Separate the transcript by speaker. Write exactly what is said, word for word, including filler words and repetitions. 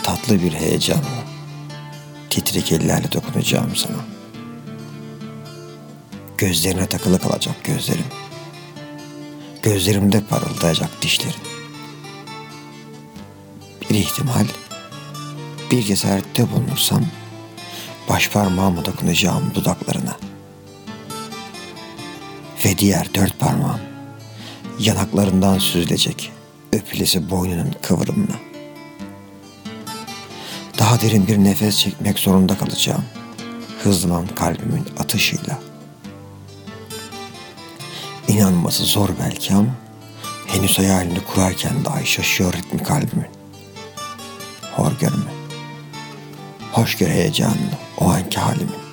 Speaker 1: tatlı bir heyecanla, titrek ellerle dokunacağım sana. Gözlerine takılı kalacak gözlerim. Gözlerimde parıldayacak dişlerim. Bir ihtimal, bir cesarette bulunursam, baş parmağımla dokunacağım dudaklarına. Ve diğer dört parmağım, yanaklarından süzülecek öpülesi boynunun kıvrımına. Daha derin bir nefes çekmek zorunda kalacağım, hızlanan kalbimin atışıyla. İnanması zor belki ama henüz hayalini kurarken dahi şaşıyor ritmi kalbimin. Hor görme, hoş gör heyecanını o anki halimin.